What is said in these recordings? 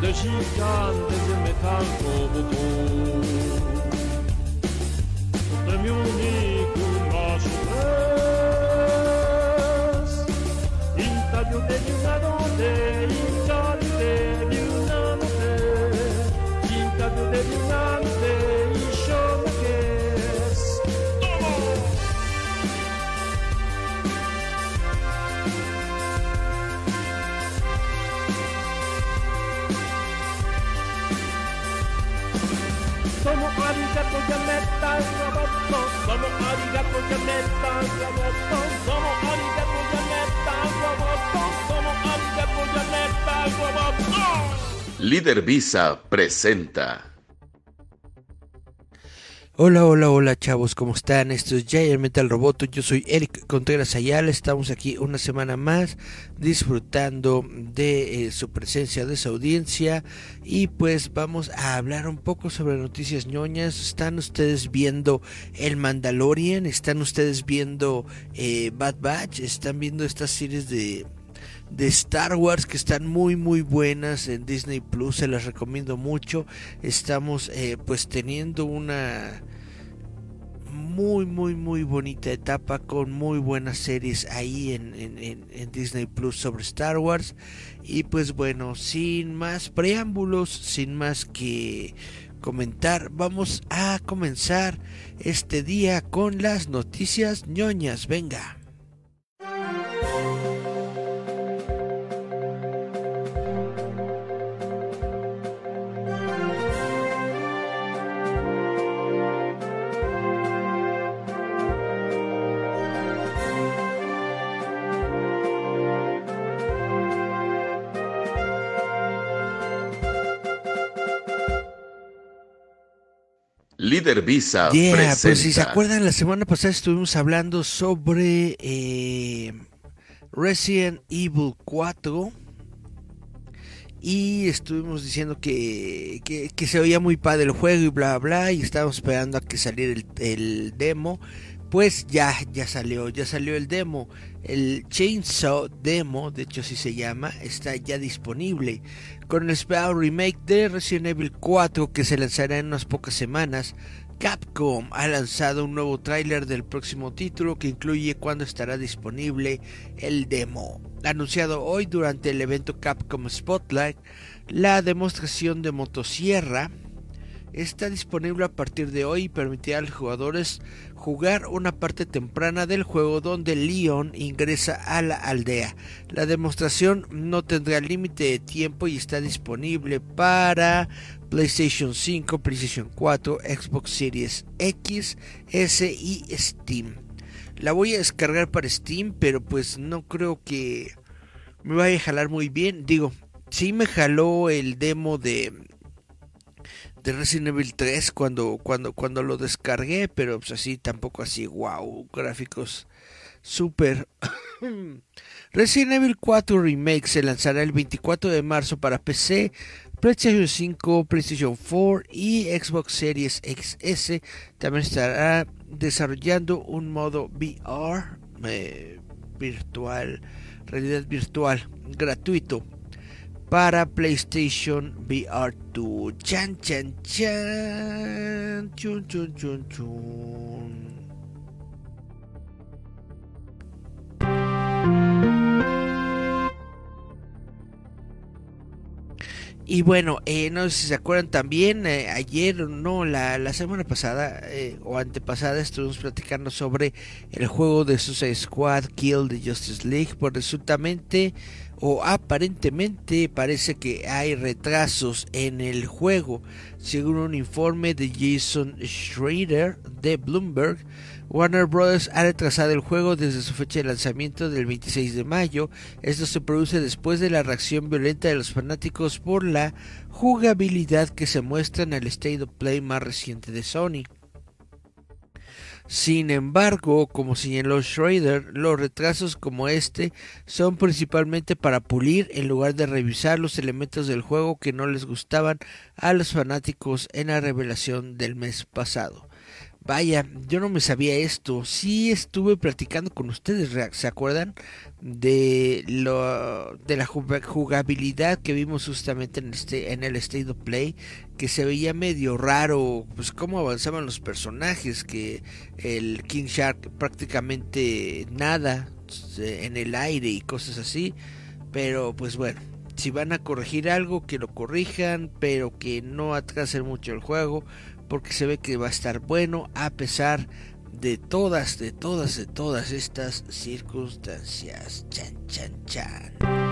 gigantes de metal robotó. Un premio único, una sorpresa. Intaglio di una notte, intaglio di una notte, intaglio di una notte, in show che Domo arigato yameta roboto, domo arigato yameta roboto, domo arigato yameta roboto, domo arigato yameta roboto. Líder Visa presenta. Hola, hola, hola chavos, ¿cómo están? Esto es Giant Metal Roboto, yo soy Eric Contreras Ayala, estamos aquí una semana más disfrutando de su presencia, de su audiencia, y pues vamos a hablar un poco sobre noticias ñoñas. ¿Están ustedes viendo El Mandalorian? ¿Están ustedes viendo Bad Batch? ¿Están viendo estas series de Star Wars que están muy buenas en Disney Plus? Se las recomiendo mucho. Estamos pues teniendo una muy bonita etapa con muy buenas series ahí en Disney Plus sobre Star Wars. Y pues bueno, sin más preámbulos, sin más que comentar, vamos a comenzar este día con las noticias ñoñas. Venga. Líder Visa presenta. Pues si se acuerdan, la semana pasada estuvimos hablando sobre Resident Evil 4 y estuvimos diciendo que se oía muy padre el juego y bla bla, y estábamos esperando a que saliera el demo. Pues ya salió el demo, el Chainsaw Demo, de hecho así se llama, está ya disponible, con el esperado remake de Resident Evil 4 que se lanzará en unas pocas semanas. Capcom ha lanzado un nuevo tráiler del próximo título que incluye cuándo estará disponible el demo. Anunciado hoy durante el evento Capcom Spotlight, la demostración de motosierra está disponible a partir de hoy y permitirá a los jugadores jugar una parte temprana del juego donde Leon ingresa a la aldea. La demostración no tendrá límite de tiempo y está disponible para PlayStation 5, PlayStation 4, Xbox Series X, S y Steam. La voy a descargar para Steam, pero pues no creo que me vaya a jalar muy bien. Digo, sí me jaló el demo de Resident Evil 3 cuando lo descargué, pero pues así tampoco así wow, gráficos super. Resident Evil 4 Remake se lanzará el 24 de marzo para PC, PlayStation 5, PlayStation 4 y Xbox Series XS. También estará desarrollando un modo VR virtual, realidad virtual gratuito para PlayStation VR 2. Chan chan chan. Chun chun chun chun. Y bueno, no sé si se acuerdan también, ayer, no, la semana pasada o antepasada estuvimos platicando sobre el juego de Suicide Squad Kill the Justice League. Pues resultamente o aparentemente parece que hay retrasos en el juego. Según un informe de Jason Schrader de Bloomberg, Warner Bros. Ha retrasado el juego desde su fecha de lanzamiento del 26 de mayo. Esto se produce después de la reacción violenta de los fanáticos por la jugabilidad que se muestra en el State of Play más reciente de Sony. Sin embargo, como señaló Schrader, los retrasos como este son principalmente para pulir en lugar de revisar los elementos del juego que no les gustaban a los fanáticos en la revelación del mes pasado. Vaya, yo no me sabía esto. Sí estuve platicando con ustedes, ¿se acuerdan? De la jugabilidad que vimos justamente en el State of Play, que se veía medio raro, pues cómo avanzaban los personajes, que el King Shark prácticamente nada en el aire y cosas así. Pero pues bueno, si van a corregir algo, que lo corrijan, pero que no atrasen mucho el juego, porque se ve que va a estar bueno a pesar de todas estas circunstancias. Chan, chan, chan.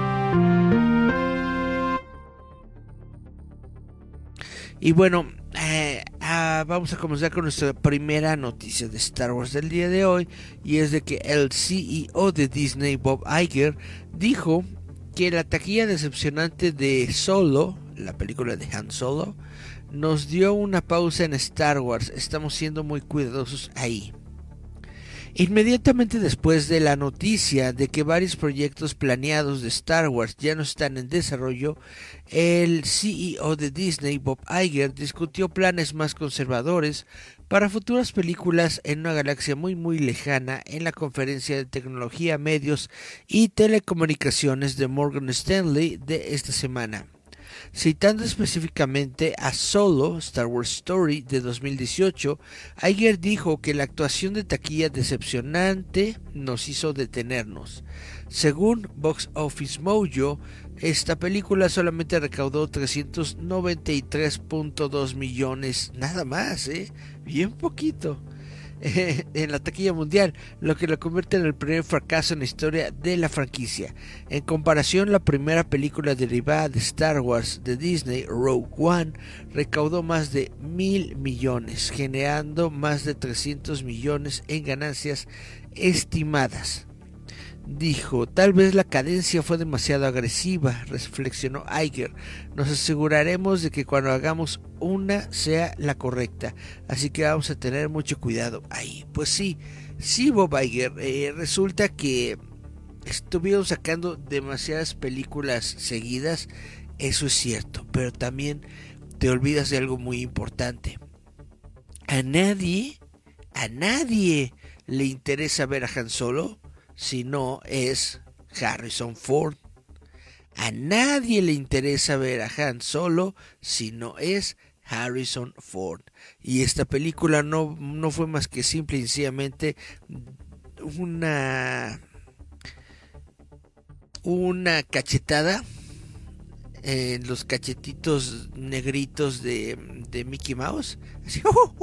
Y bueno, vamos a comenzar con nuestra primera noticia de Star Wars del día de hoy, y es de que el CEO de Disney, Bob Iger, dijo que la taquilla decepcionante de Solo, la película de Han Solo, nos dio una pausa en Star Wars. Estamos siendo muy cuidadosos ahí. Inmediatamente después de la noticia de que varios proyectos planeados de Star Wars ya no están en desarrollo, el CEO de Disney, Bob Iger, discutió planes más conservadores para futuras películas en una galaxia muy lejana en la conferencia de tecnología, medios y telecomunicaciones de Morgan Stanley de esta semana. Citando específicamente a Solo, Star Wars Story de 2018, Iger dijo que la actuación de taquilla decepcionante nos hizo detenernos. Según Box Office Mojo, esta película solamente recaudó 393.2 millones, nada más, bien poquito, en la taquilla mundial, lo que lo convierte en el primer fracaso en la historia de la franquicia. En comparación, la primera película derivada de Star Wars de Disney, Rogue One, recaudó más de 1,000 millones, generando más de 300 millones en ganancias estimadas. Dijo, tal vez la cadencia fue demasiado agresiva, reflexionó Iger. Nos aseguraremos de que cuando hagamos una sea la correcta, así que vamos a tener mucho cuidado ahí. Pues sí, Bob Iger, resulta que estuvieron sacando demasiadas películas seguidas, eso es cierto, pero también te olvidas de algo muy importante. A nadie le interesa ver a Han Solo si no es Harrison Ford. A nadie le interesa ver a Han Solo si no es Harrison Ford. Y esta película no fue más que simple y sencillamente una cachetada en los cachetitos negritos de Mickey Mouse, así,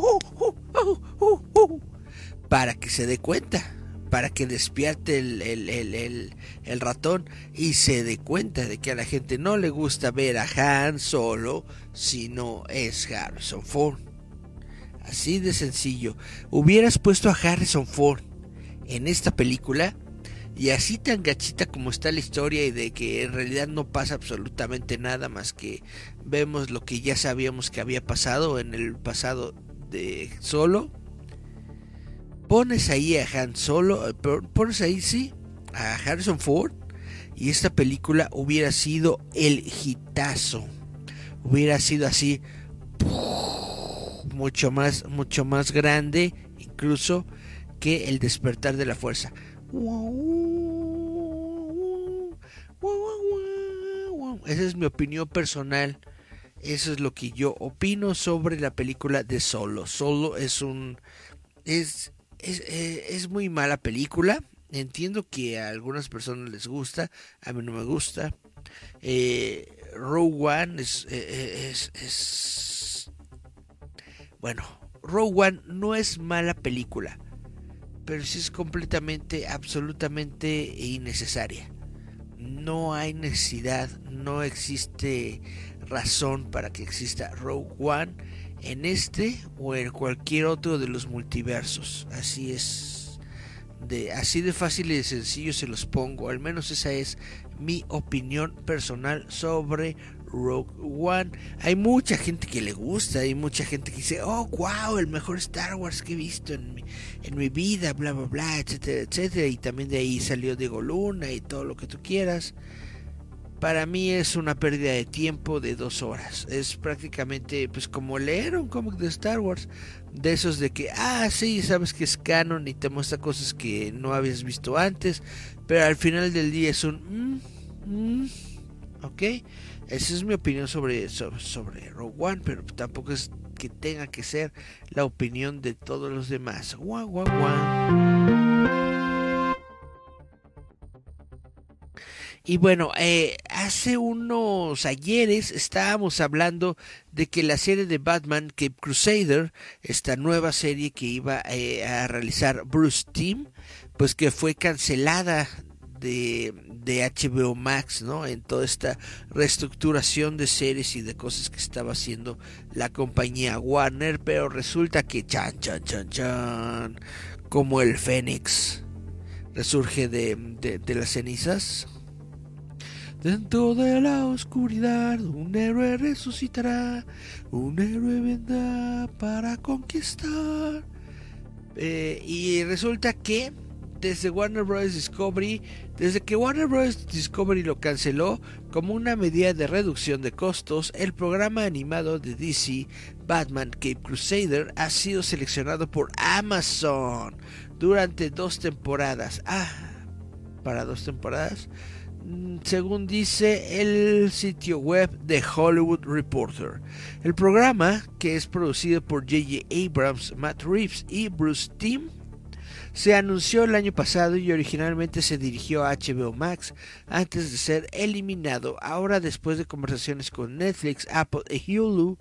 para que se dé cuenta, para que despierte el ratón y se dé cuenta de que a la gente no le gusta ver a Han Solo si no es Harrison Ford. Así de sencillo. Hubieras puesto a Harrison Ford en esta película y así tan gachita como está la historia, y de que en realidad no pasa absolutamente nada más que vemos lo que ya sabíamos que había pasado en el pasado de Solo. Pones ahí a Han Solo, pones ahí sí a Harrison Ford, y esta película hubiera sido el hitazo. Hubiera sido así, mucho más grande incluso que El Despertar de la Fuerza. Esa es mi opinión personal. Eso es lo que yo opino sobre la película de Solo. Solo es muy mala película. Entiendo que a algunas personas les gusta, a mí no me gusta. Rogue One bueno, Rogue One no es mala película, pero sí es completamente, absolutamente innecesaria. No hay necesidad, no existe razón para que exista Rogue One en este o en cualquier otro de los multiversos. Así es, así de fácil y de sencillo se los pongo. Al menos esa es mi opinión personal sobre Rogue One. Hay mucha gente que le gusta, hay mucha gente que dice, oh wow, el mejor Star Wars que he visto en mi vida, bla bla bla, etcétera, etcétera. Y también de ahí salió Diego Luna y todo lo que tú quieras. para mí es una pérdida de tiempo de 2 horas. Es prácticamente pues como leer un cómic de Star Wars, de esos de que, sí, sabes que es canon y te muestra cosas que no habías visto antes, pero al final del día es un ok. Esa es mi opinión sobre Rogue One, pero tampoco es que tenga que ser la opinión de todos los demás. Y bueno, hace unos ayeres estábamos hablando de que la serie de Batman Cape Crusader, esta nueva serie que iba a realizar Bruce Timm, pues que fue cancelada de HBO Max, ¿no? En toda esta reestructuración de series y de cosas que estaba haciendo la compañía Warner, pero resulta que chan, como el Fénix resurge de las cenizas. Dentro de la oscuridad un héroe resucitará, un héroe vendrá para conquistar. Y resulta que desde que Warner Bros. Discovery lo canceló como una medida de reducción de costos, el programa animado de DC, Batman Cape Crusader, ha sido seleccionado por Amazon durante 2 temporadas. ¿Para 2 temporadas? Según dice el sitio web de Hollywood Reporter. El programa, que es producido por J.J. Abrams, Matt Reeves y Bruce Timm, se anunció el año pasado y originalmente se dirigió a HBO Max antes de ser eliminado. Ahora, después de conversaciones con Netflix, Apple y Hulu,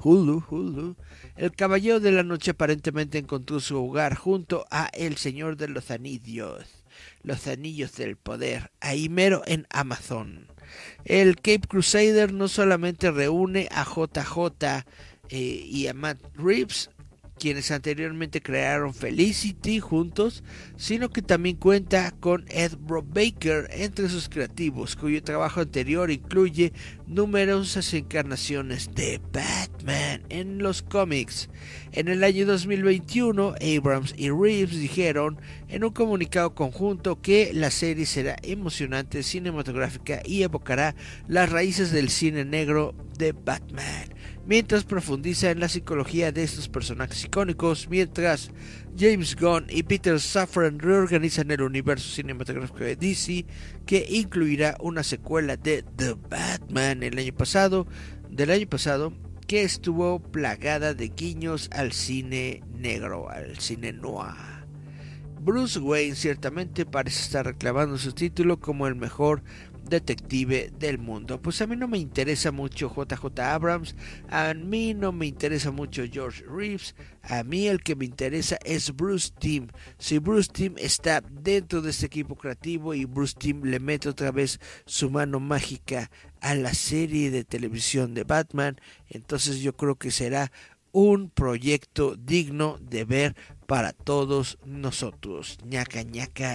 el Caballero de la Noche aparentemente encontró su hogar junto a El Señor de los Anillos del Poder, ahí mero en Amazon. El Cape Crusader no solamente reúne a JJ y a Matt Reeves, quienes anteriormente crearon Felicity juntos, sino que también cuenta con Ed Brubaker entre sus creativos, cuyo trabajo anterior incluye numerosas encarnaciones de Batman en los cómics. En el año 2021, Abrams y Reeves dijeron en un comunicado conjunto que la serie será emocionante, cinematográfica y evocará las raíces del cine negro de Batman, mientras profundiza en la psicología de estos personajes icónicos, mientras James Gunn y Peter Safran reorganizan el universo cinematográfico de DC, que incluirá una secuela de The Batman del año pasado, que estuvo plagada de guiños al cine negro, al cine noir. Bruce Wayne ciertamente parece estar reclamando su título como el mejor detective del mundo. Pues a mí no me interesa mucho JJ Abrams, a mí no me interesa mucho George Reeves, a mí el que me interesa es Bruce Timm. Si Bruce Timm está dentro de este equipo creativo y Bruce Timm le mete otra vez su mano mágica a la serie de televisión de Batman, entonces yo creo que será un proyecto digno de ver para todos nosotros. Ñaca, ñaca,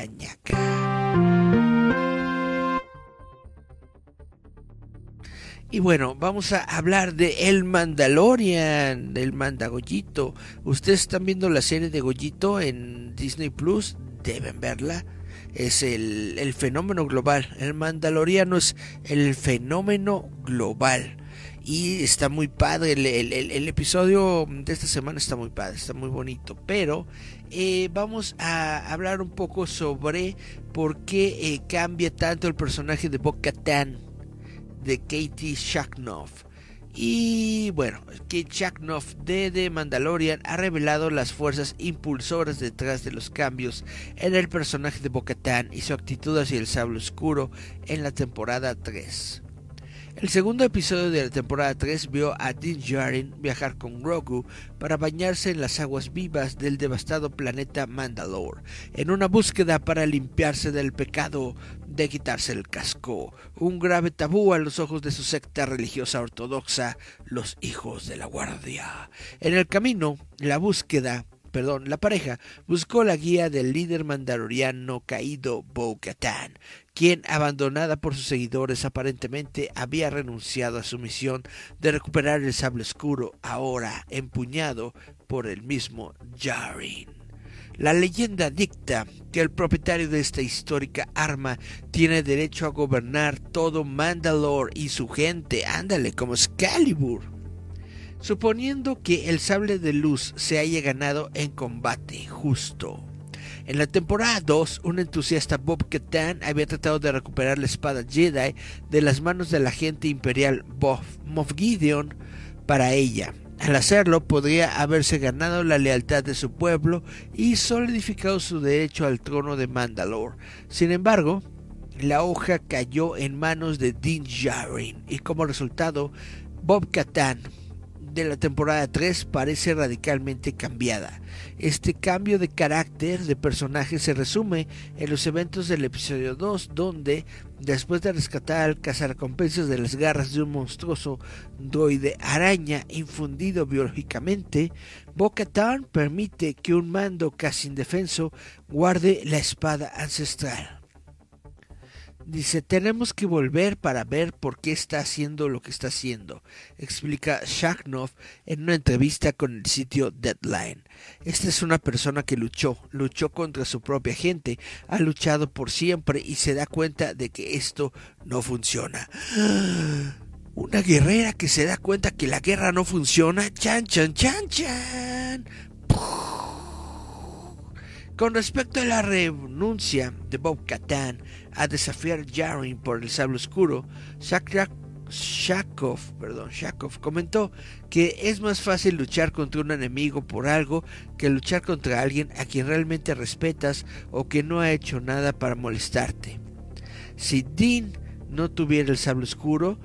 ñaca. Y bueno, vamos a hablar de El Mandalorian, del Mandagollito. Ustedes están viendo la serie de Gollito en Disney Plus, deben verla. Es el fenómeno global. El Mandaloriano es el fenómeno global. Y está muy padre, el episodio de esta semana está muy padre, está muy bonito. Pero vamos a hablar un poco sobre por qué cambia tanto el personaje de Bo-Katan, de Katie Sackhoff. Y bueno, Kate Sackhoff de The Mandalorian ha revelado las fuerzas impulsoras detrás de los cambios en el personaje de Bo-Katan y su actitud hacia el sable oscuro en la temporada 3. El segundo episodio de la temporada 3 vio a Din Djarin viajar con Grogu para bañarse en las aguas vivas del devastado planeta Mandalore, en una búsqueda para limpiarse del pecado de quitarse el casco, un grave tabú a los ojos de su secta religiosa ortodoxa, los Hijos de la Guardia. En el camino, la pareja buscó la guía del líder mandaloriano caído Bo-Katan, quien, abandonada por sus seguidores, aparentemente había renunciado a su misión de recuperar el sable oscuro, ahora empuñado por el mismo Djarin. La leyenda dicta que el propietario de esta histórica arma tiene derecho a gobernar todo Mandalore y su gente, ándale, como Excalibur. Suponiendo que el sable de luz se haya ganado en combate justo. En la temporada 2, un entusiasta Bob Katan había tratado de recuperar la espada Jedi de las manos del agente imperial Moff Gideon para ella. Al hacerlo, podría haberse ganado la lealtad de su pueblo y solidificado su derecho al trono de Mandalore. Sin embargo, la hoja cayó en manos de Din Djarin y como resultado, Bob Katan de la temporada 3 parece radicalmente cambiada. Este cambio de carácter de personaje se resume en los eventos del episodio 2, donde, después de rescatar al cazarrecompensas de las garras de un monstruoso droide araña infundido biológicamente, Bo-Katan permite que un mando casi indefenso guarde la espada ancestral. Dice, tenemos que volver para ver por qué está haciendo lo que está haciendo, explica Shatnov en una entrevista con el sitio Deadline. Esta es una persona que luchó contra su propia gente, ha luchado por siempre y se da cuenta de que esto no funciona. Una guerrera que se da cuenta que la guerra no funciona. Chan, chan, chan, chan. Con respecto a la renuncia de Bob Katan a desafiar Djarin por el sable oscuro, Shakov comentó que es más fácil luchar contra un enemigo por algo que luchar contra alguien a quien realmente respetas o que no ha hecho nada para molestarte. Si Din no tuviera el sable oscuro,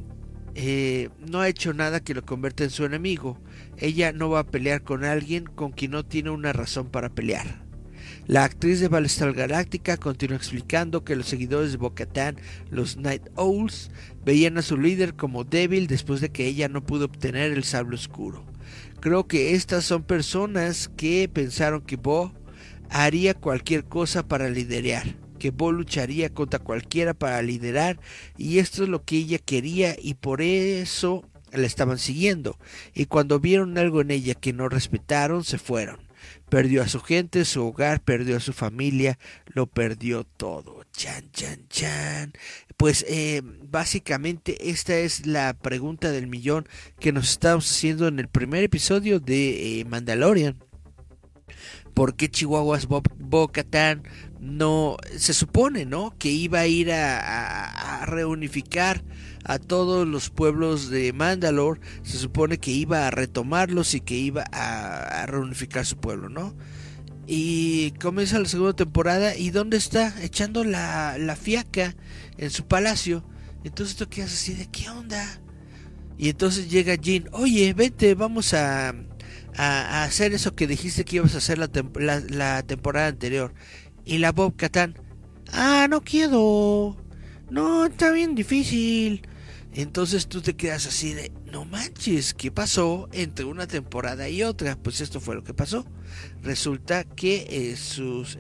no ha hecho nada que lo convierta en su enemigo. Ella no va a pelear con alguien con quien no tiene una razón para pelear. La actriz de Battlestar Galactica continúa explicando que los seguidores de Bo-Katan, los Night Owls, veían a su líder como débil después de que ella no pudo obtener el sable oscuro. Creo que estas son personas que pensaron que Bo haría cualquier cosa para liderar, que Bo lucharía contra cualquiera para liderar, y esto es lo que ella quería y por eso la estaban siguiendo, y cuando vieron algo en ella que no respetaron, se fueron. Perdió a su gente, su hogar, perdió a su familia, lo perdió todo. Chan, chan, chan. Pues básicamente esta es la pregunta del millón que nos estamos haciendo en el primer episodio de Mandalorian. ¿Por qué Chihuahuas Bo-Katan no se supone, ¿no?, que iba a ir a reunificar a todos los pueblos de Mandalore? Se supone que iba a retomarlos y que iba a reunificar su pueblo, ¿no? Y comienza la segunda temporada y ¿dónde está? Echando la fiaca en su palacio. Entonces tú quedas así de ¿qué onda? Y entonces llega Jin, oye, vete, vamos a hacer eso que dijiste que ibas a hacer la temporada anterior. Y la Bo-Katan, no quiero, no, está bien difícil. Entonces tú te quedas así de, no manches, ¿qué pasó entre una temporada y otra? Pues esto fue lo que pasó. Resulta que sus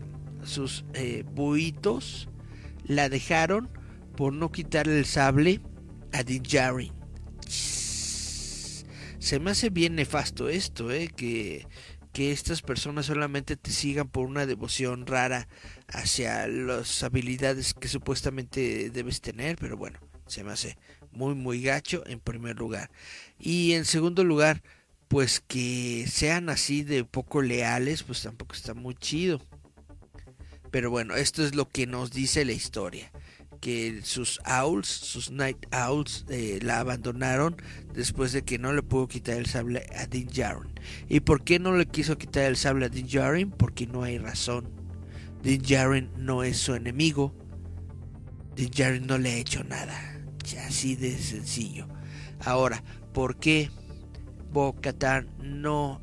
buitos la dejaron por no quitarle el sable a Din Djarin. Se me hace bien nefasto esto, que estas personas solamente te sigan por una devoción rara hacia las habilidades que supuestamente debes tener, pero bueno, se me hace muy muy gacho en primer lugar. Y en segundo lugar, pues que sean así de poco leales, pues tampoco está muy chido. Pero bueno, esto es lo que nos dice la historia, que sus Night Owls la abandonaron después de que no le pudo quitar el sable a Din Djarin. ¿Y por qué no le quiso quitar el sable a Din Djarin? Porque no hay razón. Din Djarin no es su enemigo. Din Djarin no le ha hecho nada. Así de sencillo. Ahora, ¿por qué Bo-Katan no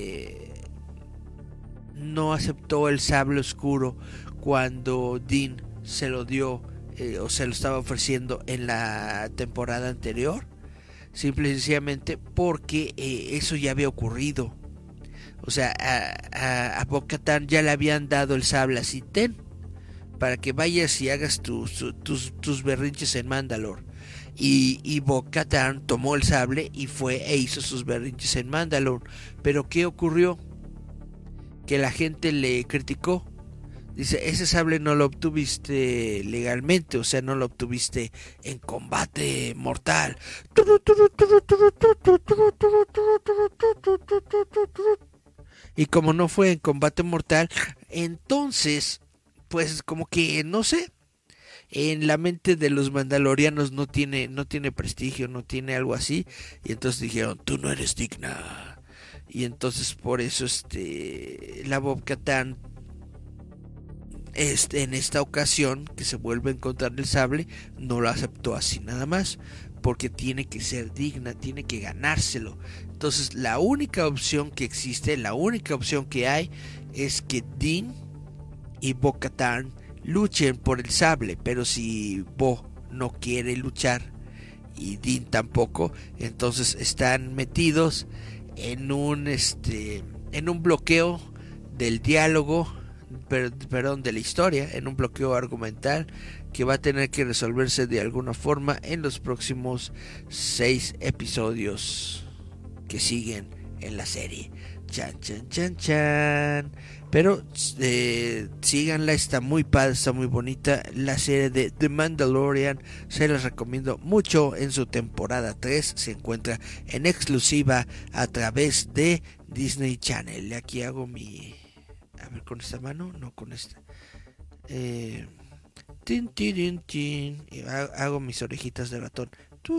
aceptó el sable oscuro cuando Din se lo dio o se lo estaba ofreciendo en la temporada anterior? Simple y sencillamente porque eso ya había ocurrido. O sea, a Bo-Katan ya le habían dado el sable así, ten, para que vayas y hagas tus berrinches en Mandalore. Y Bo-Katan tomó el sable y fue e hizo sus berrinches en Mandalore. Pero ¿qué ocurrió? que la gente le criticó. Dice, ese sable no lo obtuviste legalmente, o sea, no lo obtuviste en combate mortal. Y como no fue en combate mortal, entonces, pues como que, no sé, en la mente de los mandalorianos no tiene prestigio, no tiene algo así. Y entonces dijeron, tú no eres digna. Y entonces por eso la Bo-Katan, en esta ocasión que se vuelve a encontrar el sable, no lo aceptó así nada más, porque tiene que ser digna, tiene que ganárselo. Entonces la única opción que existe, la única opción que hay, es que Din y Bo-Katan luchen por el sable. Pero si Bo no quiere luchar y Din tampoco, entonces están metidos en un bloqueo del diálogo, perdón, de la historia, en un bloqueo argumental que va a tener que resolverse de alguna forma en los próximos 6 episodios que siguen en la serie. Chan, chan, chan, chan. Pero síganla, está muy padre, está muy bonita la serie de The Mandalorian. Se las recomiendo mucho. En su temporada 3 se encuentra en exclusiva a través de Disney Channel. Aquí hago mi... A ver, con esta mano, no con esta. Tin, tin, tin. Hago mis orejitas de ratón.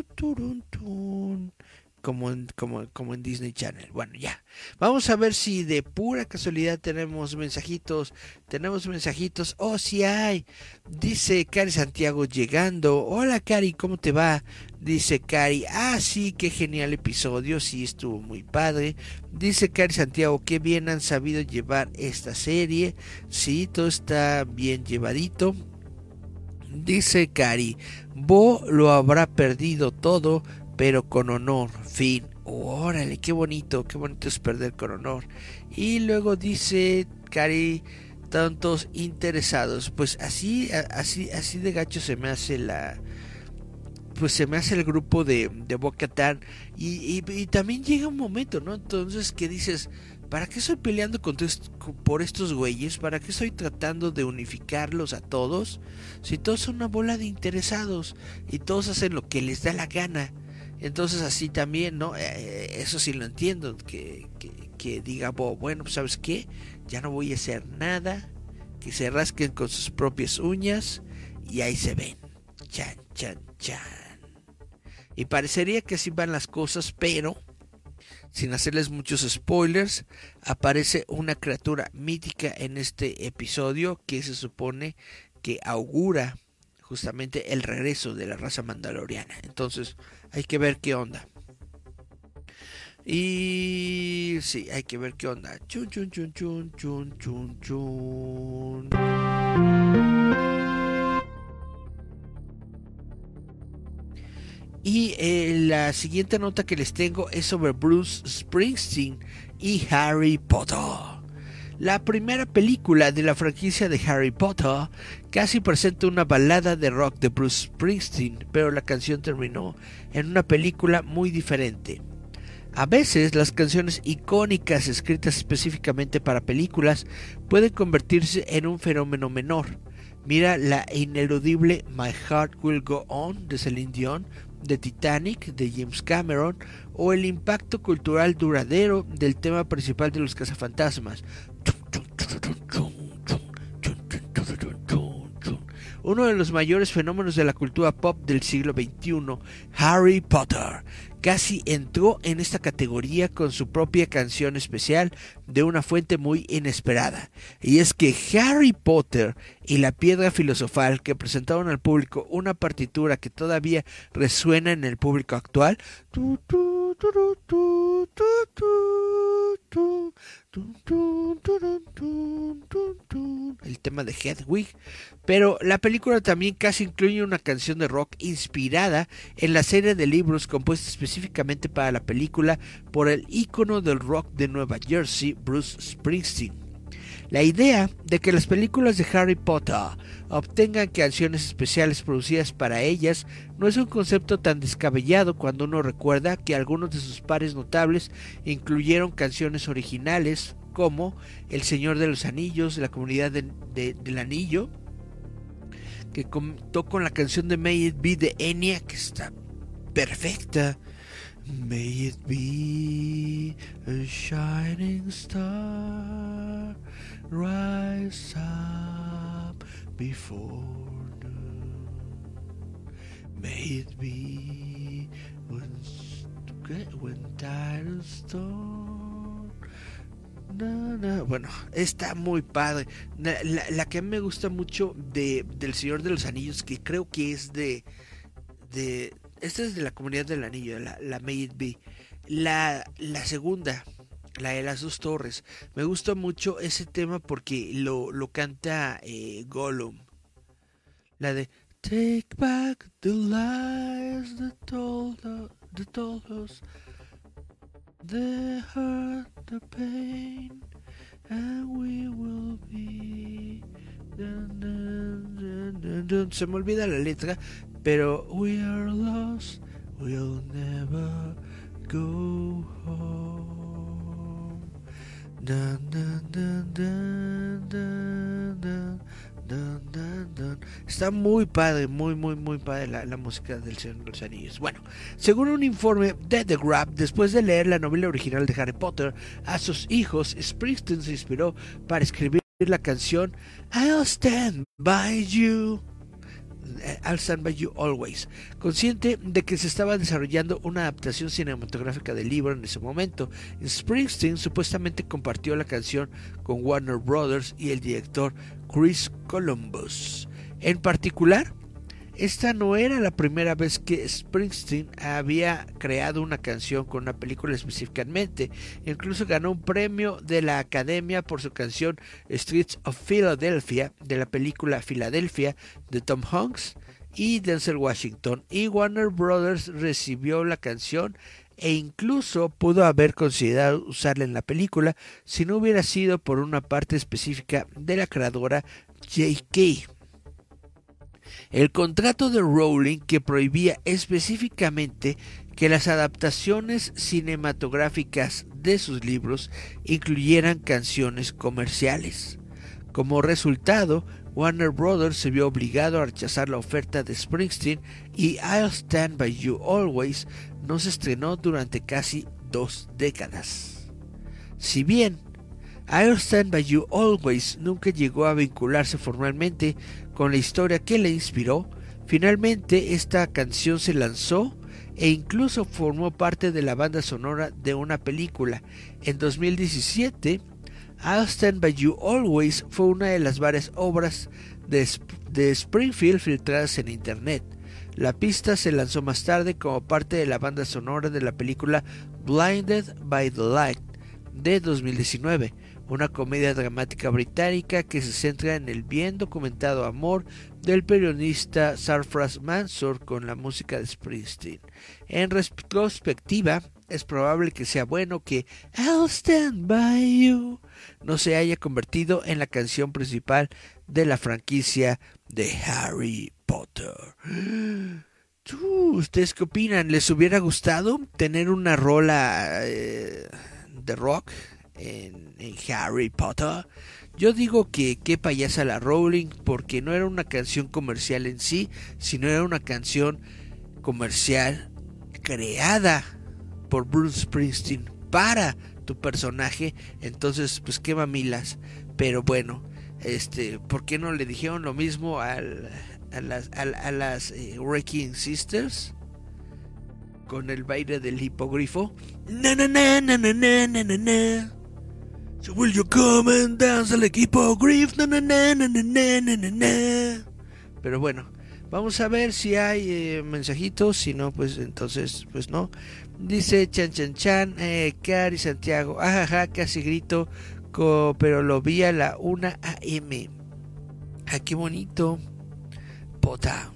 Como en Disney Channel. Bueno, ya. Vamos a ver si de pura casualidad tenemos mensajitos. Oh, sí hay. Dice Cari Santiago llegando. Hola, Cari, ¿cómo te va? Dice Cari, sí, qué genial episodio. Sí, estuvo muy padre. Dice Cari Santiago, qué bien han sabido llevar esta serie. Sí, todo está bien llevadito. Dice Cari, Bo lo habrá perdido todo, pero con honor, fin. Órale, qué bonito es perder con honor. Y luego dice Cari, tantos interesados. Pues así de gacho se me hace el grupo de Bo-Katan. Y también llega un momento, ¿no? Entonces que dices, ¿para qué estoy peleando por estos güeyes? ¿Para qué estoy tratando de unificarlos a todos? Si todos son una bola de interesados y todos hacen lo que les da la gana. Entonces así también, ¿no? Eso sí lo entiendo, que diga Bo, bueno, pues ¿sabes qué? Ya no voy a hacer nada, que se rasquen con sus propias uñas y ahí se ven. Chan, chan, chan. Y parecería que así van las cosas, pero sin hacerles muchos spoilers, aparece una criatura mítica en este episodio que se supone que augura justamente el regreso de la raza mandaloriana. Entonces hay que ver qué onda. Y sí, hay que ver qué onda. Chun, chun, chun, chun, chun, chun, chun. Y la siguiente nota que les tengo es sobre Bruce Springsteen y Harry Potter. La primera película de la franquicia de Harry Potter casi presenta una balada de rock de Bruce Springsteen, pero la canción terminó en una película muy diferente. A veces las canciones icónicas escritas específicamente para películas pueden convertirse en un fenómeno menor. Mira la ineludible My Heart Will Go On de Celine Dion, de Titanic de James Cameron, o el impacto cultural duradero del tema principal de Los Cazafantasmas. Uno de los mayores fenómenos de la cultura pop del siglo XXI, Harry Potter, casi entró en esta categoría con su propia canción especial de una fuente muy inesperada. Y es que Harry Potter y la Piedra Filosofal, que presentaron al público una partitura que todavía resuena en el público actual, el tema de Hedwig, pero la película también casi incluye una canción de rock inspirada en la serie de libros compuesta específicamente para la película por el ícono del rock de Nueva Jersey, Bruce Springsteen. La idea de que las películas de Harry Potter obtengan canciones especiales producidas para ellas no es un concepto tan descabellado cuando uno recuerda que algunos de sus pares notables incluyeron canciones originales como El Señor de los Anillos, La Comunidad del Anillo, que contó con la canción de May It Be de Enya, que está perfecta. May it be a shining star, rise up before noon. May it be when tide is storm. Bueno, está muy padre. La que a mí me gusta mucho del Señor de los Anillos, que creo que es de esta es de La Comunidad del Anillo, la May It Be. La segunda, la de las dos torres, me gusta mucho ese tema porque lo canta Gollum. La de Take back the lies that told us, the hurt, the pain, and we will be... Se me olvida la letra, pero we are lost, we'll never go home. Está muy padre, muy padre la música del Señor de los Anillos. Bueno, según un informe de The Grab, después de leer la novela original de Harry Potter a sus hijos, Springsteen se inspiró para escribir la canción I'll Stand By You Always, consciente de que se estaba desarrollando una adaptación cinematográfica del libro en ese momento. Springsteen supuestamente compartió la canción con Warner Brothers y el director Chris Columbus. En particular, esta no era la primera vez que Springsteen había creado una canción con una película específicamente. Incluso ganó un premio de la Academia por su canción Streets of Philadelphia de la película Philadelphia de Tom Hanks y Denzel Washington. Y Warner Brothers recibió la canción e incluso pudo haber considerado usarla en la película si no hubiera sido por una parte específica de la creadora J.K. El contrato de Rowling, que prohibía específicamente que las adaptaciones cinematográficas de sus libros incluyeran canciones comerciales. Como resultado, Warner Brothers se vio obligado a rechazar la oferta de Springsteen y I'll Stand By You Always no se estrenó durante casi 2 décadas. Si bien I'll Stand By You Always nunca llegó a vincularse formalmente con la historia que le inspiró, finalmente esta canción se lanzó e incluso formó parte de la banda sonora de una película. En 2017, I'll Stand By You Always fue una de las varias obras de Springfield filtradas en internet. La pista se lanzó más tarde como parte de la banda sonora de la película Blinded by the Light de 2019, una comedia dramática británica que se centra en el bien documentado amor del periodista Sarfraz Mansur con la música de Springsteen. En retrospectiva, es probable que sea bueno que I'll Stand By You no se haya convertido en la canción principal de la franquicia de Harry Potter. ¿Ustedes qué opinan? ¿Les hubiera gustado tener una rola de rock en Harry Potter? Yo digo que qué payasa la Rowling, porque no era una canción comercial en sí, sino era una canción comercial creada por Bruce Springsteen para tu personaje. Entonces, pues qué mamilas. Pero bueno, ¿por qué no le dijeron lo mismo a las Wrecking Sisters con el baile del hipogrifo? Na na na na na na na na na. So will you come and dance like hippogriff? Na na na na na na na na. Pero bueno, vamos a ver si hay mensajitos. Si no, pues entonces, pues no. Dice Chan, Cari Santiago, ajaja, casi grito, pero lo vi a la 1 a.m. Ah, qué bonito. Pota.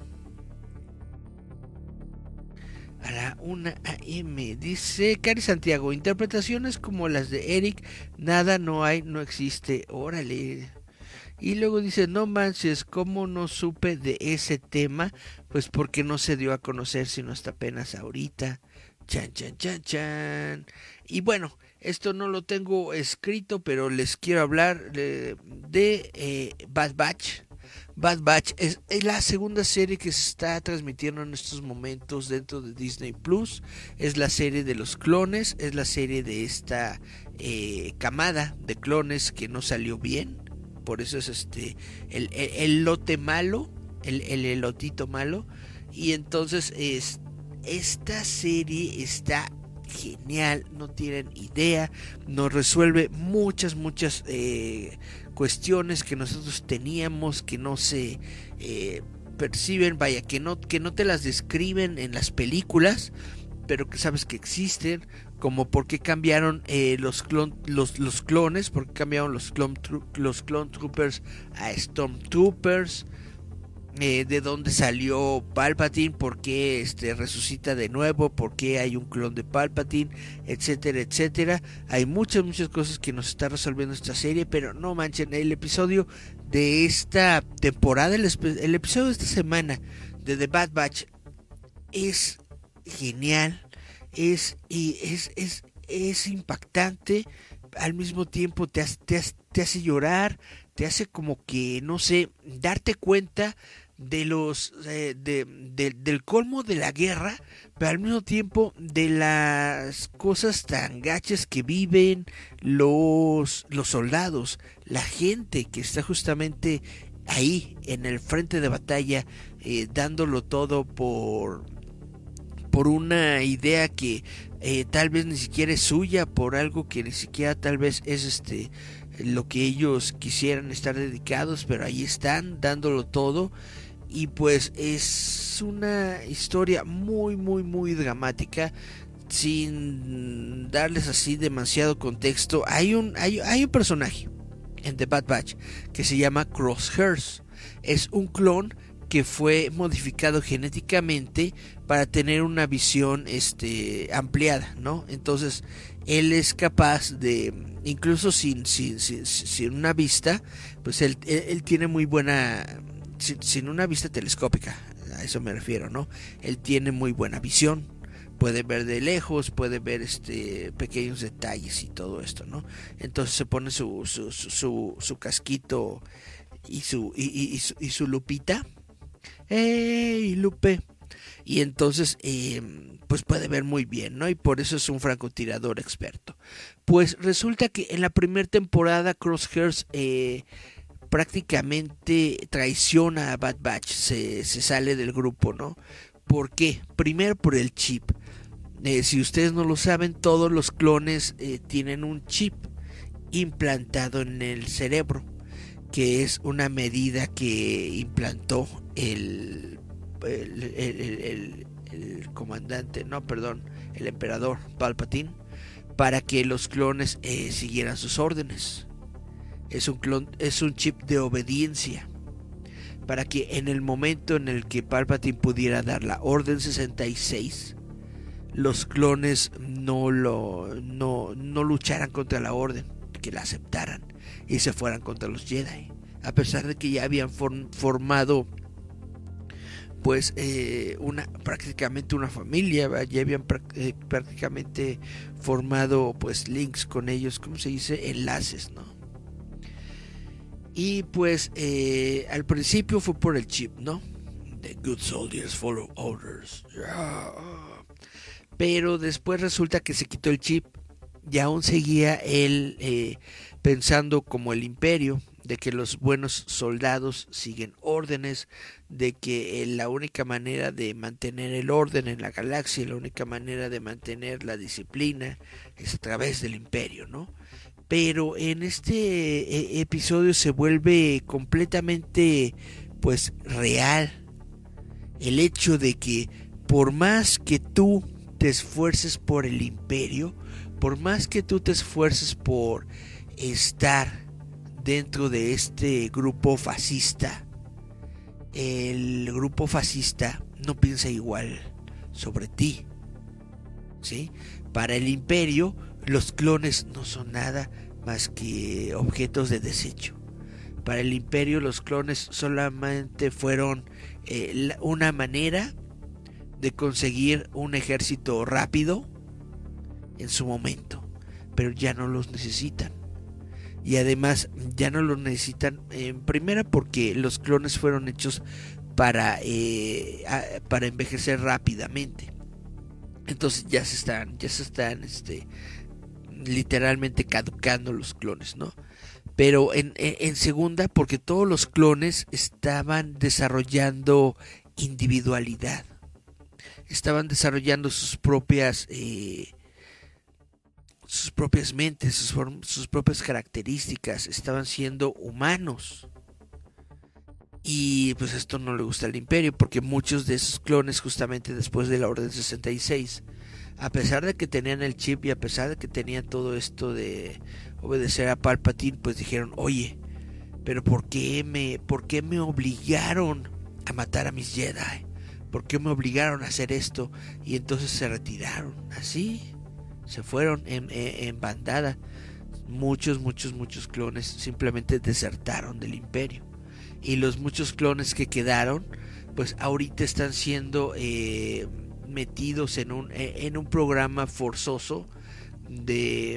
A la 1 a.m. Dice Cari Santiago, interpretaciones como las de Eric, nada, no hay, no existe, órale. Y luego dice, no manches, ¿cómo no supe de ese tema? Pues porque no se dio a conocer sino hasta apenas ahorita. Chan. Y bueno, Esto no lo tengo escrito, pero les quiero hablar de Bad Batch. Bad Batch es la segunda serie que se está transmitiendo en estos momentos dentro de Disney Plus. Es la serie de los clones, es la serie de esta camada de clones que no salió bien. Por eso es el lote malo, el elotito malo. Y entonces esta serie está genial, no tienen idea, nos resuelve muchas cuestiones que nosotros teníamos, que no se perciben, vaya, que no te las describen en las películas, pero que sabes que existen, como por qué cambiaron los clones, por qué cambiaron los clone troopers a Stormtroopers, de dónde salió Palpatine, por qué resucita de nuevo, por qué hay un clon de Palpatine, etcétera, etcétera. Hay muchas cosas que nos está resolviendo esta serie, pero no manchen, el episodio de esta temporada, el episodio de esta semana de The Bad Batch es genial, es impactante, al mismo tiempo te hace llorar, te hace como que, no sé, darte cuenta de del colmo de la guerra, pero al mismo tiempo de las cosas tan gachas que viven los soldados, la gente que está justamente ahí en el frente de batalla, dándolo todo por una idea que tal vez ni siquiera es suya, por algo que ni siquiera tal vez es lo que ellos quisieran estar dedicados, pero ahí están dándolo todo. Y pues es una historia muy dramática, sin darles así demasiado contexto. Hay un personaje en The Bad Batch que se llama Crosshairs. Es un clon que fue modificado genéticamente para tener una visión ampliada, ¿no? Entonces él es capaz de, incluso sin una vista, pues él tiene muy buena, sin una vista telescópica, a eso me refiero, ¿no? Él tiene muy buena visión, puede ver de lejos, puede ver pequeños detalles y todo esto, ¿no? Entonces se pone su casquito y su lupita. ¡Ey, Lupe! Y entonces pues puede ver muy bien, ¿no? Y por eso es un francotirador experto. Pues resulta que en la primera temporada Crosshairs prácticamente traiciona a Bad Batch, se sale del grupo, ¿no? ¿Por qué? Primero por el chip. Si ustedes no lo saben, todos los clones tienen un chip implantado en el cerebro, que es una medida que implantó el comandante, no, perdón, el emperador Palpatine, para que los clones siguieran sus órdenes. Es un chip de obediencia, para que en el momento en el que Palpatine pudiera dar la orden 66, los clones no lucharan contra la orden, que la aceptaran y se fueran contra los Jedi, a pesar de que ya habían formado pues prácticamente una familia, ya habían prácticamente formado pues links con ellos, ¿cómo se dice? Enlaces, ¿no? Y pues al principio fue por el chip, ¿no? The good soldiers follow orders. Pero después resulta que se quitó el chip y aún seguía él pensando como el imperio, de que los buenos soldados siguen órdenes, de que la única manera de mantener el orden en la galaxia, la única manera de mantener la disciplina es a través del imperio, ¿no? Pero en este episodio se vuelve completamente pues real el hecho de que por más que tú te esfuerces por el imperio, por más que tú te esfuerces por estar dentro de este grupo fascista, el grupo fascista no piensa igual sobre ti, ¿sí? Para el imperio, los clones no son nada más que objetos de desecho. Para el imperio, los clones solamente fueron una manera de conseguir un ejército rápido en su momento. pero ya no los necesitan. Y además ya no los necesitan, en primera porque los clones fueron hechos para envejecer rápidamente. Entonces ya se están literalmente caducando los clones, ¿no? Pero en segunda porque todos los clones estaban desarrollando individualidad, estaban desarrollando sus propias mentes, sus propias características, estaban siendo humanos. Y pues esto no le gusta al Imperio, porque muchos de esos clones, justamente después de la Orden 66, a pesar de que tenían el chip y a pesar de que tenían todo esto de obedecer a Palpatine, pues dijeron, oye, pero ¿por qué me obligaron a matar a mis Jedi? ¿Por qué me obligaron a hacer esto? Y entonces se retiraron, así, se fueron en bandada. Muchos clones simplemente desertaron del Imperio. Y los muchos clones que quedaron, pues ahorita están siendo metidos en un programa forzoso de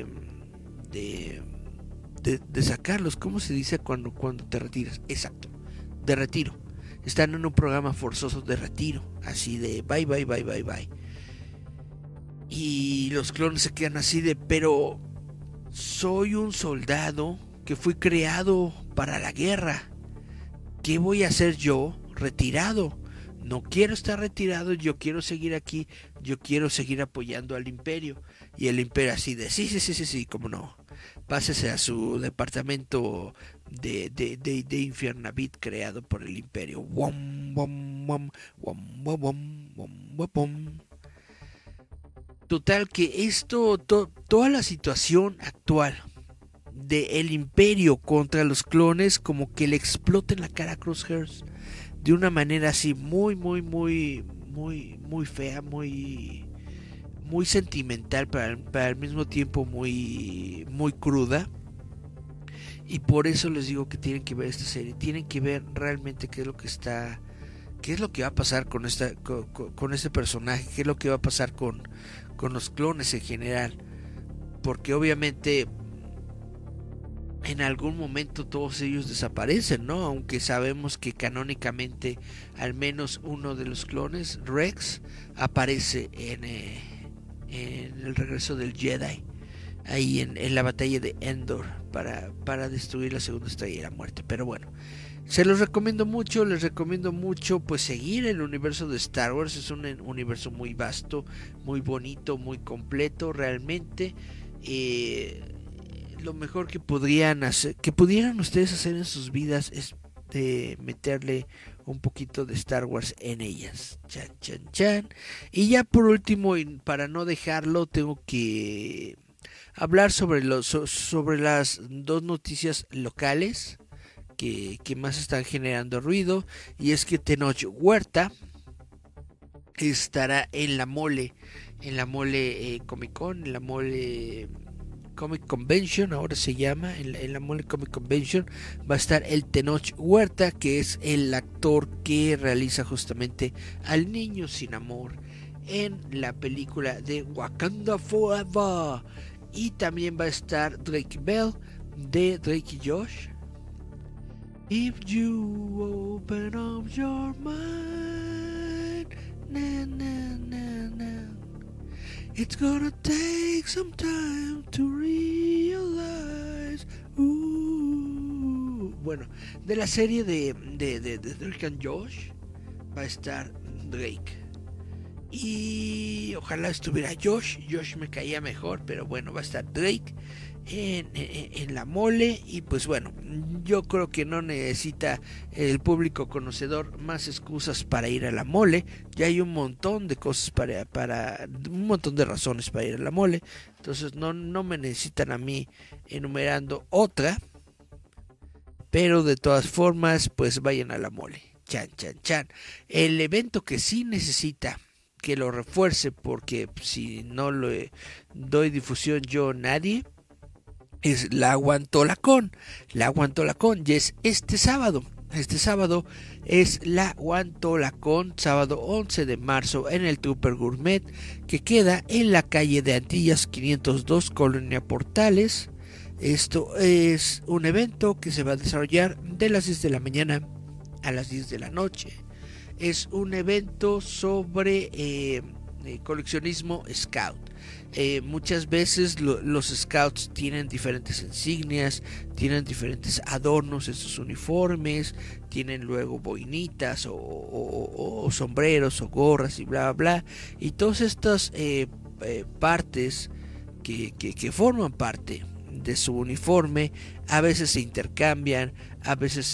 sacarlos. ¿Cómo se dice cuando te retiras? Exacto, de retiro. Están en un programa forzoso de retiro, así de bye. Y los clones se quedan así de, pero soy un soldado que fui creado para la guerra. ¿Qué voy a hacer yo retirado? No quiero estar retirado, yo quiero seguir aquí, yo quiero seguir apoyando al Imperio. Y el Imperio así de, sí, cómo no. Pásese a su departamento de Infiernavit creado por el Imperio. Total que esto, toda la situación actual de el Imperio contra los clones, como que le explota en la cara a Crosshairs de una manera así muy fea, muy sentimental, para el mismo tiempo muy cruda. Y por eso les digo que tienen que ver esta serie, tienen que ver realmente qué es lo que va a pasar con este personaje, qué es lo que va a pasar con los clones en general, porque obviamente en algún momento todos ellos desaparecen, ¿no? Aunque sabemos que canónicamente al menos uno de los clones, Rex, aparece en el regreso del Jedi, ahí en la batalla de Endor, para destruir la segunda estrella de la muerte. Pero bueno, se los recomiendo mucho, les recomiendo mucho pues seguir el universo de Star Wars. Es un universo muy vasto, muy bonito, muy completo realmente. Lo mejor que pudieran ustedes hacer en sus vidas es meterle un poquito de Star Wars en ellas. Chan. Y ya por último, y para no dejarlo, tengo que hablar sobre las dos noticias locales que más están generando ruido. Y es que Tenoch Huerta estará en la Mole Comic Con, en la Mole Comic Convention, ahora se llama, en la Mole Comic Convention va a estar el Tenoch Huerta, que es el actor que realiza justamente al niño sin amor en la película de Wakanda Forever. Y también va a estar Drake Bell de Drake y Josh. If you open up your mind, na, na, na, na. It's gonna take some time to realize. Bueno, de la serie de Drake and Josh va a estar Drake. Y ojalá estuviera Josh. Josh me caía mejor, pero bueno, va a estar Drake en la Mole. Y pues bueno, yo creo que no necesita el público conocedor más excusas para ir a la Mole. Ya hay un montón de cosas para un montón de razones para ir a la Mole. Entonces no me necesitan a mí enumerando otra. Pero de todas formas, pues vayan a la Mole. Chan. El evento que sí necesita que lo refuerce, porque si no le doy difusión yo, nadie, es la Guantolacón. La Guantolacón ya es este sábado. este sábado es la Guantolacón, sábado 11 de marzo en el Trooper Gourmet, que queda en la calle de Antillas 502, Colonia Portales. Esto es un evento que se va a desarrollar de las 10 de la mañana a las 10 de la noche. Es un evento sobre coleccionismo scout. Muchas veces los scouts tienen diferentes insignias, tienen diferentes adornos en sus uniformes, tienen luego boinitas o sombreros o gorras y bla bla bla, y todas estas partes que forman parte de su uniforme a veces se intercambian, a veces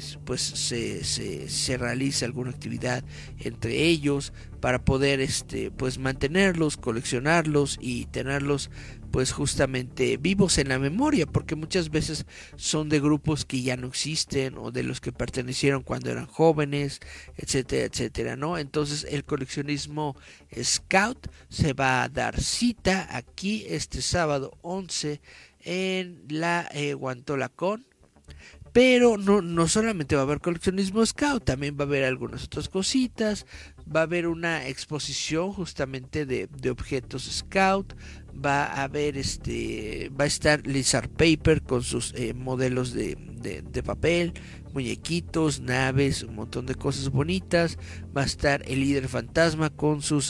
se realiza alguna actividad entre ellos para poder pues mantenerlos, coleccionarlos y tenerlos pues justamente vivos en la memoria, porque muchas veces son de grupos que ya no existen o de los que pertenecieron cuando eran jóvenes, etcétera, etcétera, ¿no? Entonces el coleccionismo scout se va a dar cita aquí este sábado 11 en la Guantolacón. Pero no solamente va a haber coleccionismo scout, también va a haber algunas otras cositas. Va a haber una exposición justamente de objetos scout. Va a haber va a estar Lizard Paper con sus modelos de papel, muñequitos, naves, un montón de cosas bonitas. Va a estar el líder fantasma con sus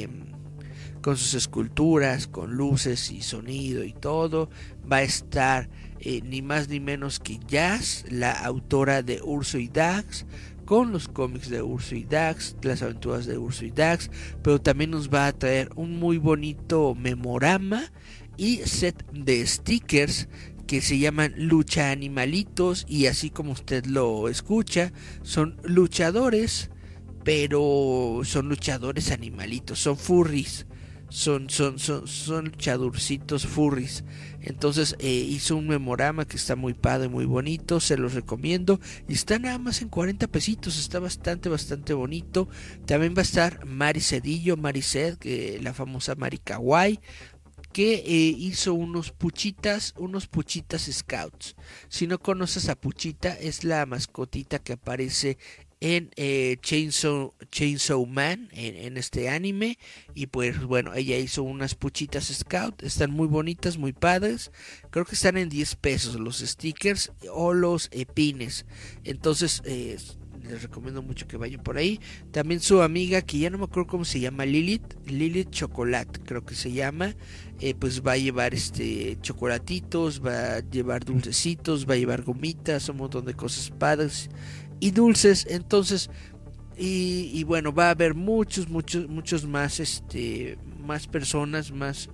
esculturas, con luces y sonido y todo. Va a estar ni más ni menos que Jazz, la autora de Urso y Dax, con los cómics de Urso y Dax, las aventuras de Urso y Dax, pero también nos va a traer un muy bonito memorama y set de stickers que se llaman Lucha Animalitos, y así como usted lo escucha, son luchadores, pero son luchadores animalitos, son furries. Son luchadorcitos furries. Entonces hizo un memorama que está muy padre, muy bonito, se los recomiendo, y está nada más en 40 pesitos, está bastante bonito. También va a estar Mari Cedillo, Mariced, la famosa Mari Kawaii, que hizo unos puchitas scouts. Si no conoces a Puchita, es la mascotita que aparece en Chainsaw Man, en este anime, y pues bueno, ella hizo unas puchitas scout, están muy bonitas, muy padres. Creo que están en 10 pesos los stickers o los pines. Entonces les recomiendo mucho que vayan por ahí. También su amiga, que ya no me acuerdo cómo se llama, Lilith Chocolate creo que se llama, pues va a llevar chocolatitos, va a llevar dulcecitos, va a llevar gomitas, un montón de cosas padres y dulces. Entonces y bueno, va a haber muchos más más personas, más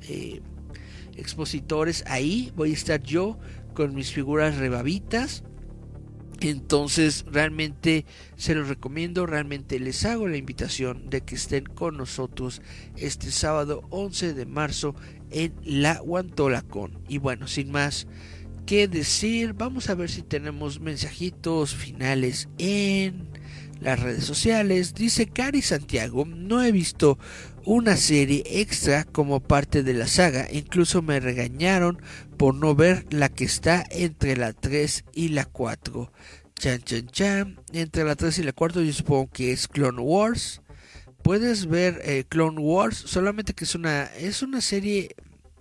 expositores ahí. Voy a estar yo con mis figuras rebabitas. Entonces realmente se los recomiendo, realmente les hago la invitación de que estén con nosotros este sábado 11 de marzo en la Guantolacón. Y bueno, sin más que decir, vamos a ver si tenemos mensajitos finales en las redes sociales. Dice Cari Santiago: no he visto una serie extra como parte de la saga, incluso me regañaron por no ver la que está entre la 3 y la 4. Chan. Entre la 3 y la 4 yo supongo que es Clone Wars. Puedes ver Clone Wars, solamente que es una serie,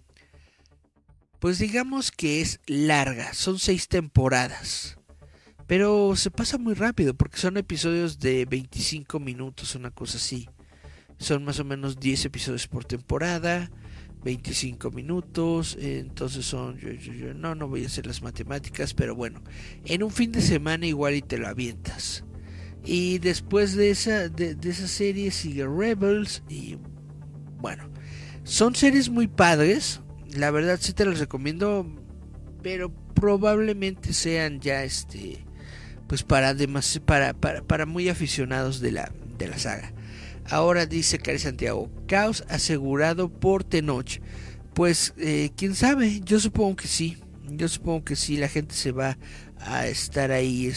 pues digamos que es larga, son 6 temporadas, pero se pasa muy rápido porque son episodios de 25 minutos, una cosa así. Son más o menos 10 episodios por temporada, 25 minutos, entonces son, yo no voy a hacer las matemáticas, pero bueno, en un fin de semana igual y te lo avientas. Y después de esa serie sigue Rebels, y bueno, son series muy padres, la verdad sí te las recomiendo, pero probablemente sean ya pues para muy aficionados de la saga. Ahora dice Cari Santiago: caos asegurado por Tenoch. Pues quién sabe, yo supongo que sí, la gente se va a estar ahí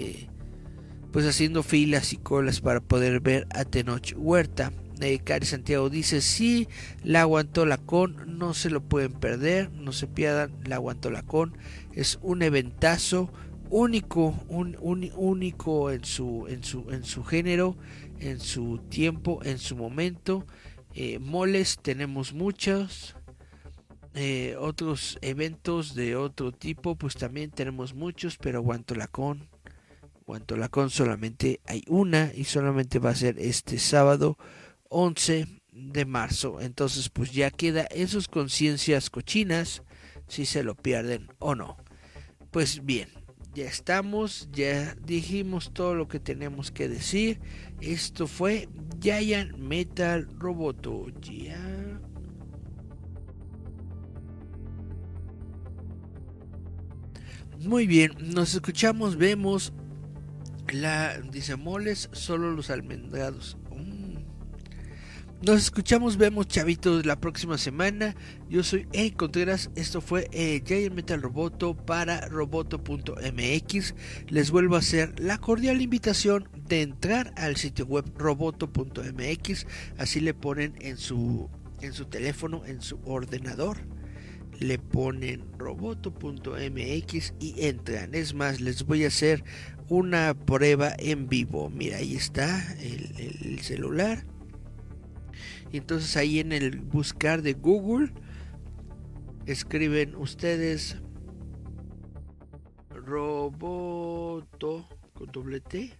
pues haciendo filas y colas para poder ver a Tenoch Huerta. Cari Santiago dice: sí, la Guantolacón no se lo pueden perder, no se pierdan la Guantolacón, es un eventazo único, único en su género, en su tiempo, en su momento. Moles tenemos muchos. Otros eventos de otro tipo pues también tenemos muchos, pero Guantolacón solamente hay una y solamente va a ser este sábado 11 de marzo. Entonces pues ya queda en sus conciencias cochinas si se lo pierden o no. Pues bien, ya estamos, ya dijimos todo lo que tenemos que decir. Esto fue Giant Metal Roboto. Ya. Muy bien, nos escuchamos, vemos. Dice Moles, solo los almendrados. Nos escuchamos, vemos, chavitos, la próxima semana. Yo soy Eric Contreras. Esto fue Giant Metal Roboto para roboto.mx. Les vuelvo a hacer la cordial invitación de entrar al sitio web roboto.mx. Así le ponen en su teléfono, en su ordenador. Le ponen roboto.mx y entran. Es más, les voy a hacer una prueba en vivo. Mira, ahí está el celular. Y entonces ahí en el buscar de Google escriben ustedes roboto con doble T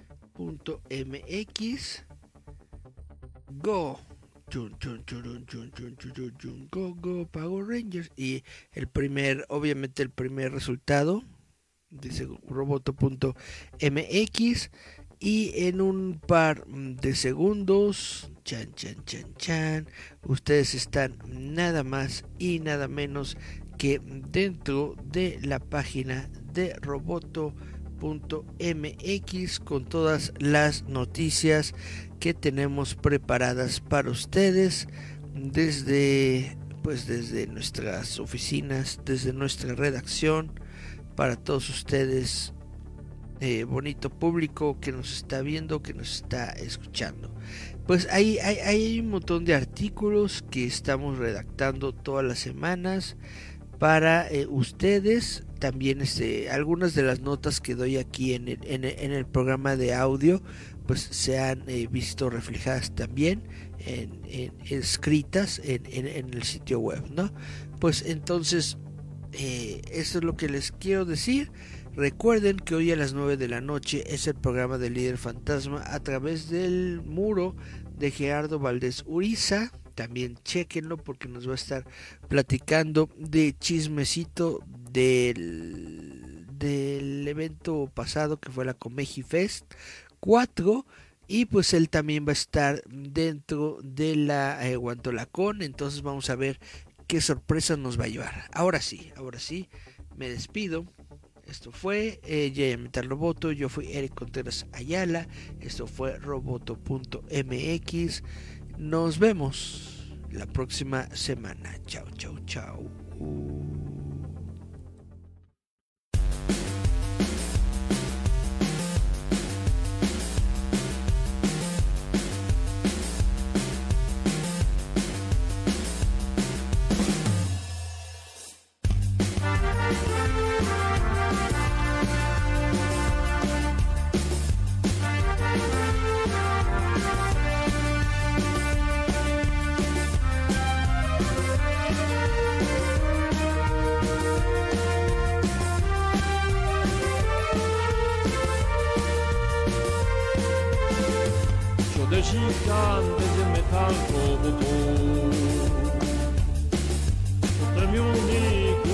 .mx go go Power Rangers y obviamente el primer resultado dice roboto.mx y en un par de segundos ustedes están nada más y nada menos que dentro de la página de roboto.mx con todas las noticias que tenemos preparadas para ustedes desde nuestras oficinas, desde nuestra redacción, para todos ustedes, bonito público que nos está viendo, que nos está escuchando. Pues hay un montón de artículos que estamos redactando todas las semanas para ustedes. También algunas de las notas que doy aquí en el programa de audio pues se han visto reflejadas también escritas en el sitio web, ¿no? Pues entonces eso es lo que les quiero decir. Recuerden que hoy a las 9 de la noche es el programa del Líder Fantasma a través del muro de Gerardo Valdés Uriza. También chequenlo porque nos va a estar platicando de chismecito del evento pasado que fue la Comeji Fest 4. Y pues él también va a estar dentro de la Guantolacón. Entonces vamos a ver qué sorpresa nos va a llevar. Ahora sí, me despido. Esto fue Giant Metal Roboto. Yo fui Eric Contreras Ayala. Esto fue roboto.mx. Nos vemos la próxima semana. Chao. Gigantes de metal roboto, contra mi único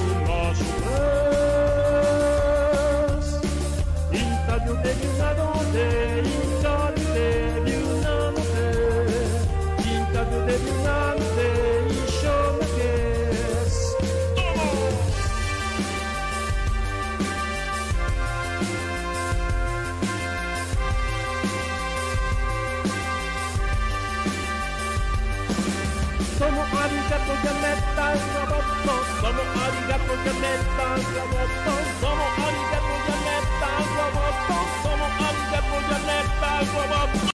más intaglio de una noche, intaglio de una noche, intaglio de una noche, y yo me quedes todo. Domo arigato Giant Metal Roboto, domo arigato Giant Metal Roboto, domo arigato Giant Metal Roboto, domo arigato Giant Metal Roboto.